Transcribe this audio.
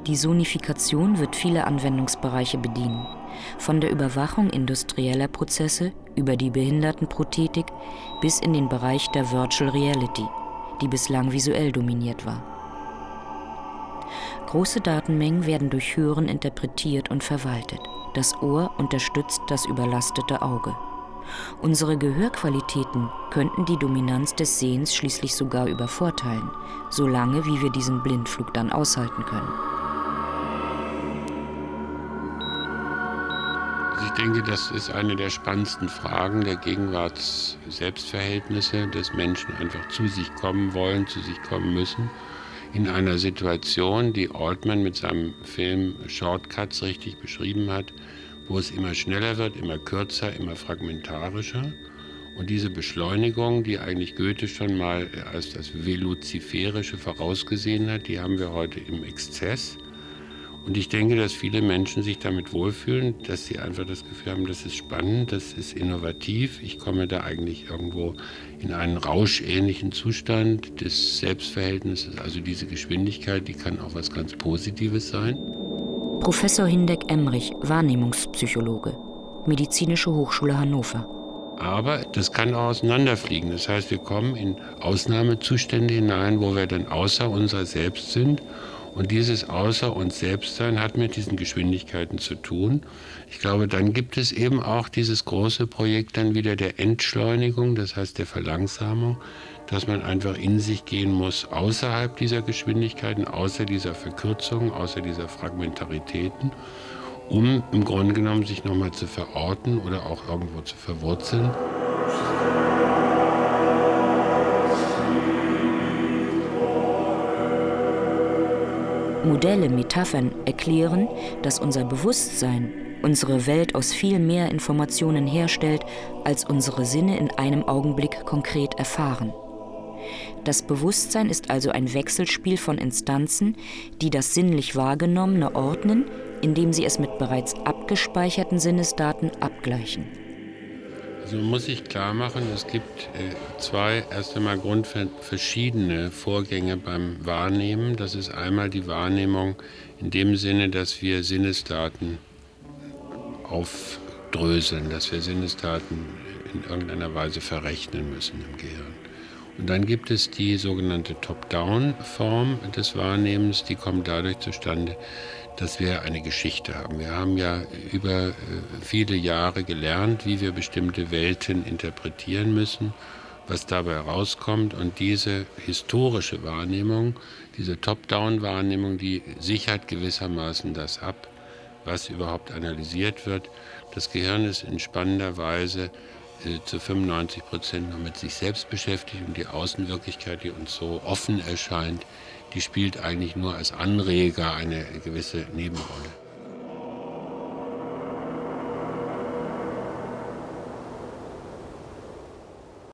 Die Sonifikation wird viele Anwendungsbereiche bedienen. Von der Überwachung industrieller Prozesse über die Behindertenprothetik bis in den Bereich der Virtual Reality, die bislang visuell dominiert war. Große Datenmengen werden durch Hören interpretiert und verwaltet. Das Ohr unterstützt das überlastete Auge. Unsere Gehörqualitäten könnten die Dominanz des Sehens schließlich sogar übervorteilen, solange wie wir diesen Blindflug dann aushalten können. Ich denke, das ist eine der spannendsten Fragen der Gegenwarts-Selbstverhältnisse, dass Menschen einfach zu sich kommen wollen, zu sich kommen müssen. In einer Situation, die Altman mit seinem Film Shortcuts richtig beschrieben hat, wo es immer schneller wird, immer kürzer, immer fragmentarischer. Und diese Beschleunigung, die eigentlich Goethe schon mal als das Veluziferische vorausgesehen hat, die haben wir heute im Exzess. Und ich denke, dass viele Menschen sich damit wohlfühlen, dass sie einfach das Gefühl haben, das ist spannend, das ist innovativ. Ich komme da eigentlich irgendwo in einen rauschähnlichen Zustand des Selbstverhältnisses. Also diese Geschwindigkeit, die kann auch was ganz Positives sein. Professor Hindeck-Emrich, Wahrnehmungspsychologe, Medizinische Hochschule Hannover. Aber das kann auch auseinanderfliegen. Das heißt, wir kommen in Ausnahmezustände hinein, wo wir dann außer unser Selbst sind. Und dieses Außer uns Selbstsein hat mit diesen Geschwindigkeiten zu tun. Ich glaube, dann gibt es eben auch dieses große Projekt dann wieder der Entschleunigung, das heißt der Verlangsamung, dass man einfach in sich gehen muss, außerhalb dieser Geschwindigkeiten, außer dieser Verkürzungen, außer dieser Fragmentaritäten, um im Grunde genommen sich nochmal zu verorten oder auch irgendwo zu verwurzeln. Modelle, Metaphern erklären, dass unser Bewusstsein unsere Welt aus viel mehr Informationen herstellt, als unsere Sinne in einem Augenblick konkret erfahren. Das Bewusstsein ist also ein Wechselspiel von Instanzen, die das sinnlich Wahrgenommene ordnen, indem sie es mit bereits abgespeicherten Sinnesdaten abgleichen. Also man muss sich klar machen, es gibt zwei erst einmal grundverschiedene Vorgänge beim Wahrnehmen. Das ist einmal die Wahrnehmung in dem Sinne, dass wir Sinnesdaten aufdröseln, dass wir Sinnesdaten in irgendeiner Weise verrechnen müssen im Gehirn. Und dann gibt es die sogenannte Top-Down-Form des Wahrnehmens, die kommt dadurch zustande, dass wir eine Geschichte haben. Wir haben ja über viele Jahre gelernt, wie wir bestimmte Welten interpretieren müssen, was dabei herauskommt. Und diese historische Wahrnehmung, diese Top-Down-Wahrnehmung, die sichert gewissermaßen das ab, was überhaupt analysiert wird. Das Gehirn ist in spannender Weise zu 95% noch mit sich selbst beschäftigt und die Außenwirklichkeit, die uns so offen erscheint, die spielt eigentlich nur als Anreger eine gewisse Nebenrolle.